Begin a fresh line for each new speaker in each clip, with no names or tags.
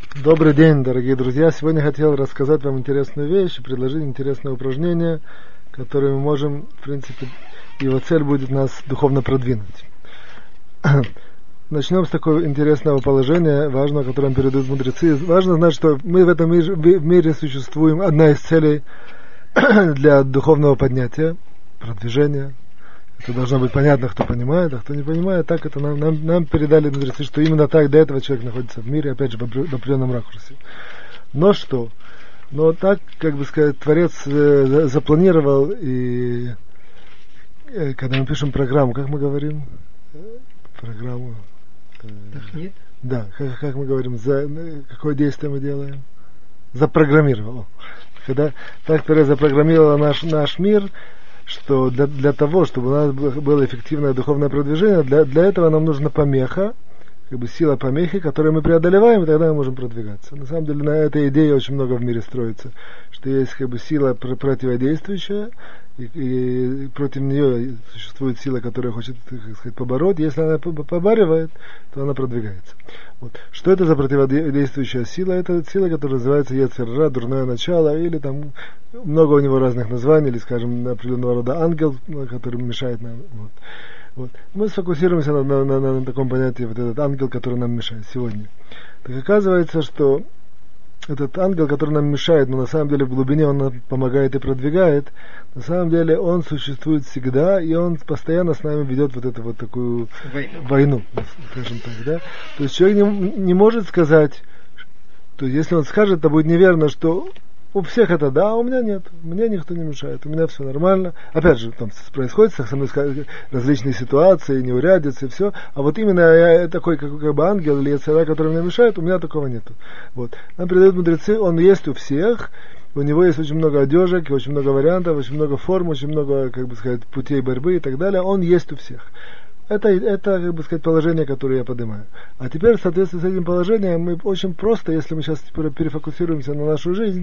Добрый день, дорогие друзья. Сегодня хотел рассказать вам интересную вещь и предложить интересное упражнение, которое мы можем, в принципе, его цель будет нас духовно продвинуть. Начнем с такого интересного положения, важного, которое нам передают мудрецы. Важно знать, что мы в этом мире существуем. Одна из целей для духовного поднятия, продвижения. Это должно быть понятно, кто понимает, а кто не понимает. Так это нам передали мудрецы, что именно так для этого человек находится в мире, опять же, в определенном ракурсе. Но так, как бы сказать, Творец запланировал, и когда мы пишем программу, как мы говорим? Программу.
Нет?
Да, как мы говорим, какое действие мы делаем? Запрограммировал. Когда так Творец запрограммировал наш мир, что для того, чтобы у нас было эффективное духовное продвижение, для этого нам нужна помеха, как бы сила помехи, которую мы преодолеваем, и тогда мы можем продвигаться. На самом деле на этой идее очень много в мире строится, что есть как бы сила противодействующая, и против нее существует сила, которая хочет, так сказать, побороть. Если она побаривает, то она продвигается. Вот. Что это за противодействующая сила? Это сила, которая называется Йецер ара, дурное начало, или там много у него разных названий, или, скажем, определенного рода ангел, который мешает нам. Вот. Мы сфокусируемся на таком понятии, вот этот ангел, который нам мешает сегодня. Так оказывается, что этот ангел, который нам мешает, но на самом деле в глубине он нам помогает и продвигает, на самом деле он существует всегда, и он постоянно с нами ведет вот эту вот такую войну, скажем так, да. То есть человек не может сказать, то есть если он скажет, то будет неверно, что у всех это да, а у меня нет, мне никто не мешает, у меня все нормально. Опять же, там происходят со мной различные ситуации, неурядицы, все, а вот именно я такой, как бы ангел или Йецер ара, который мне мешает, у меня такого нету. Вот. Нам передают мудрецы, он есть у всех, у него есть очень много одежек, очень много вариантов, очень много форм, очень много, как бы сказать, путей борьбы и так далее, он есть у всех. Это, как бы сказать, положение, которое я поднимаю. А теперь, в соответствии с этим положением, мы очень просто, если мы сейчас перефокусируемся на нашу жизнь,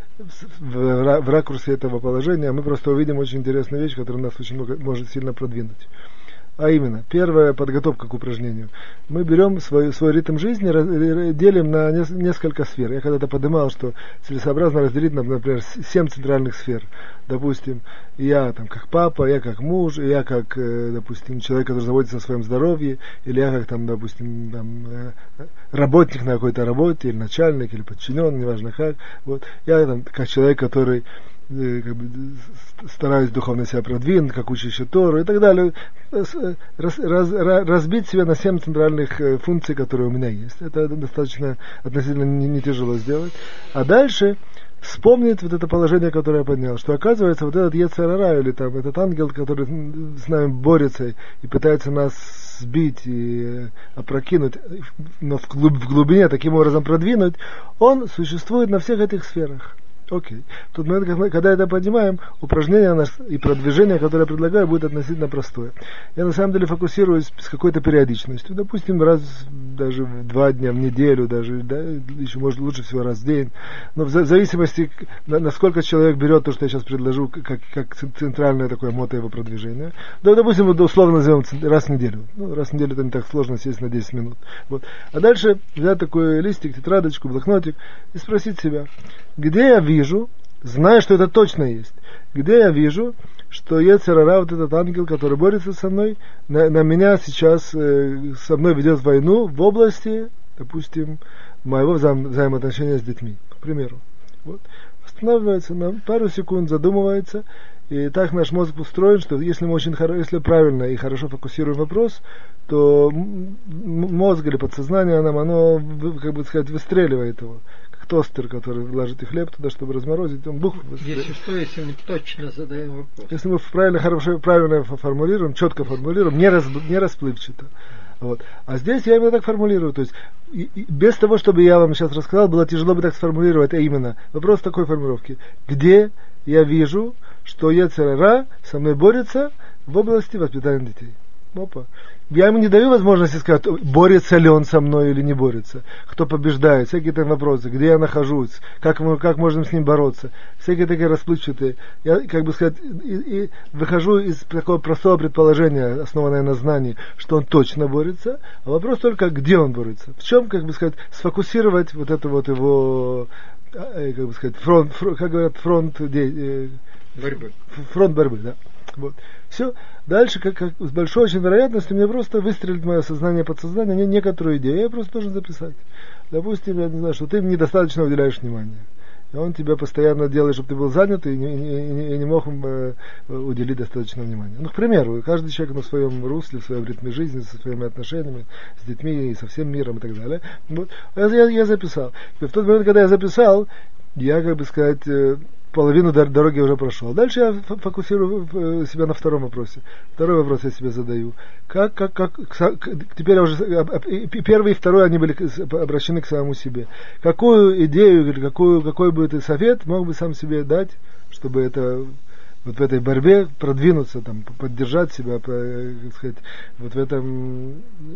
в ракурсе этого положения, мы просто увидим очень интересную вещь, которая нас очень может сильно продвинуть. А именно, первая подготовка к упражнению. Мы берем свой ритм жизни, делим на несколько сфер. Я когда-то поднимал, что целесообразно разделить, например, 7 центральных сфер. Допустим, я там как папа, я как муж, я как, допустим, человек, который заботится о своем здоровье, или я как, там, допустим, работник на какой-то работе, или начальник, или подчиненный, неважно как. Вот. Я там как человек, который как бы стараюсь духовно себя продвинуть, как учащий Тору и так далее, разбить себя на 7 центральных функций, которые у меня есть. Это достаточно относительно не тяжело сделать. А дальше вспомнить вот это положение, которое я поднял, что оказывается вот этот Йецер ара, или там этот ангел, который с нами борется и пытается нас сбить и опрокинуть, но в глубине таким образом продвинуть, он существует на всех этих сферах. Окей. В тот момент, когда это понимаем, упражнение и продвижение, которое я предлагаю, будет относительно простое. Я на самом деле фокусируюсь с какой-то периодичностью. Допустим, раз даже в 2 дня в неделю, даже, да, еще может лучше всего раз в день. Но в зависимости, насколько человек берет то, что я сейчас предложу, как центральное такое мото его продвижения. Да, допустим, условно назовем раз в неделю. Раз в неделю это не так сложно, сесть на 10 минут. Вот. А дальше взять такой листик, тетрадочку, блокнотик и спросить себя, где я вижу, зная, что это точно есть, где я вижу, что Йецер ара, вот этот ангел, который борется со мной, на меня сейчас со мной ведет войну в области, допустим, моего взаимоотношения с детьми, к примеру. Вот. Останавливается на пару секунд, задумывается, и так наш мозг устроен, что если мы если правильно и хорошо фокусируем вопрос, то мозг или подсознание оно, как бы сказать, выстреливает его. Тостер, который ложит и хлеб туда, чтобы разморозить, он бух.
Если что, если мы точно задаем вопрос.
Если мы правильно формулируем, четко формулируем, не расплывчато. Вот. А здесь я именно так формулирую. То есть без того, чтобы я вам сейчас рассказал, было тяжело бы так сформулировать, а именно вопрос такой формулировки. Где я вижу, что Йецер ара со мной борется в области воспитания детей? Опа. Я ему не даю возможности сказать, борется ли он со мной или не борется, кто побеждает, всякие там вопросы, где я нахожусь, как можно с ним бороться, всякие такие расплывчатые. Я, как бы сказать, и выхожу из такого простого предположения, основанное на знании, что он точно борется, а вопрос только, где он борется, в чем, как бы сказать, сфокусировать вот это вот его, как бы сказать, фронт борьбы, да. Вот. Все. Дальше, как с большой очень вероятностью, мне просто выстрелит мое сознание, подсознание, некоторую идею. Я просто должен записать. Допустим, я не знаю, что ты недостаточно уделяешь внимания. И он тебя постоянно делает, чтобы ты был занят и не мог уделить достаточно внимания. Ну, к примеру, каждый человек на своем русле, в своем ритме жизни, со своими отношениями, с детьми, со всем миром и так далее. Вот. Я записал. И в тот момент, когда я записал, я, как бы сказать, половину дороги уже прошел. Дальше я фокусирую себя на втором вопросе. Второй вопрос я себе задаю. Теперь уже первый и второй, они были обращены к самому себе. Какую идею или какой бы ты совет мог бы сам себе дать, чтобы это вот в этой борьбе продвинуться, там, поддержать себя, как сказать, вот в этом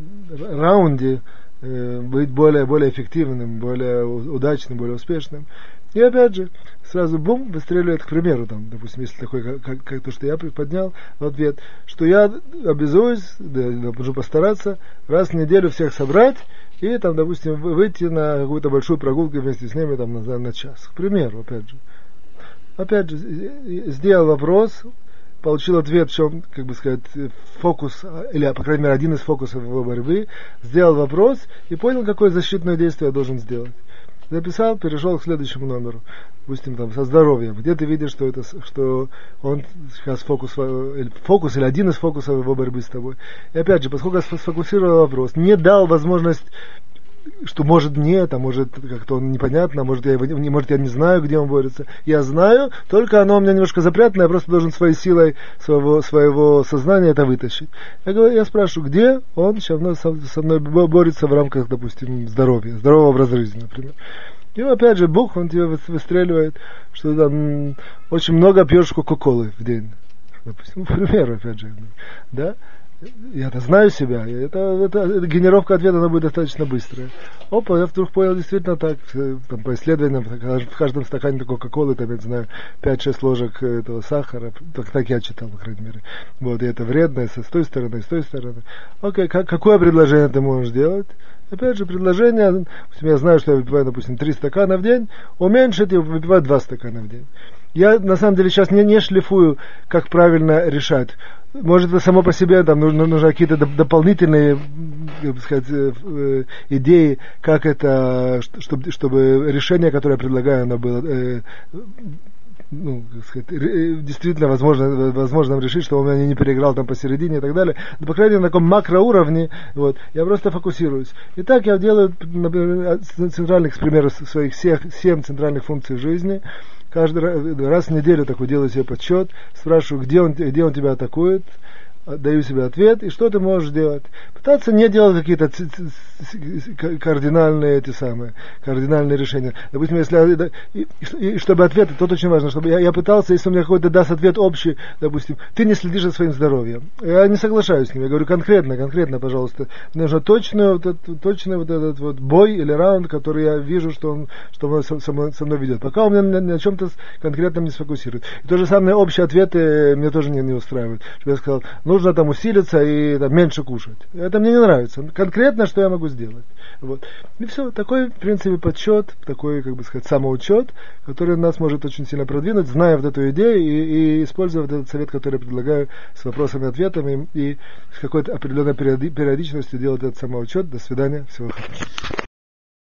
раунде быть более эффективным, более удачным, более успешным. И опять же, сразу бум, выстреливает, к примеру, там, допустим, если такой, как то, что я поднял в ответ, что я обязуюсь, должен постараться раз в неделю всех собрать и, там, допустим, выйти на какую-то большую прогулку вместе с ними там, на час. К примеру, опять же, сделал вопрос, получил ответ, в чем, как бы сказать, фокус, или, по крайней мере, один из фокусов его борьбы, сделал вопрос и понял, какое защитное действие я должен сделать. Записал, перешел к следующему номеру, допустим, там, со здоровьем. Где ты видишь, что он сейчас фокус или один из фокусов его борьбы с тобой. И опять же, поскольку я сфокусировал вопрос, не дал возможность, что может нет, а может как-то он непонятно, может я не знаю, где он борется. Я знаю, только оно у меня немножко запрятано, я просто должен своей силой своего сознания это вытащить. Я спрашиваю, где он все равно со мной борется в рамках, допустим, здорового образа жизни, например. И опять же, Бог, он тебе выстреливает, что там очень много пьешь кока-колы в день. Допустим, к примеру, опять же, да? Я-то знаю себя, эта генерировка ответа, она будет достаточно быстрая. Опа, я вдруг понял, действительно так, там, по исследованиям, в каждом стакане кока-колы, там, я не знаю, 5-6 ложек этого сахара, так я читал, по крайней мере. Вот, и это вредно, с той стороны, и с той стороны. Окей, какое предложение ты можешь делать? Опять же, предложение, я знаю, что я выпиваю, допустим, 3 стакана в день, уменьшить и выпивать 2 стакана в день. Я, на самом деле, сейчас не шлифую, как правильно решать. Может, это само по себе, там нужны какие-то дополнительные, как бы сказать, идеи, как это, чтобы решение, которое я предлагаю, оно было, как сказать, действительно возможно решить, чтобы он меня не переиграл там посередине и так далее. Но, по крайней мере, на таком макроуровне, вот, я просто фокусируюсь. И так я делаю, например, центральных, к примеру, своих 7 центральных функций жизни. Каждый раз в неделю такой делаю себе подсчет, спрашиваю, где он тебя атакует, даю себе ответ, и что ты можешь делать. Пытаться не делать какие-то кардинальные решения. Допустим, если и чтобы ответ, это очень важно, чтобы я пытался, если у меня какой-то даст ответ общий, допустим, ты не следишь за своим здоровьем. Я не соглашаюсь с ним, я говорю конкретно, пожалуйста. Мне нужно точный вот этот вот бой или раунд, который я вижу, что он со мной ведет. Пока он меня на чем-то конкретном не сфокусирует. И то же самое общие ответы мне тоже не устраивают. Чтобы я сказал, нужно там усилиться и там, меньше кушать. Это мне не нравится. Конкретно, что я могу сделать. Вот. И все. Такой, в принципе, подсчет, такой, как бы сказать, самоучет, который нас может очень сильно продвинуть, зная вот эту идею и используя вот этот совет, который я предлагаю с вопросами и ответами и с какой-то определенной периодичностью делать этот самоучет. До свидания. Всего хорошего.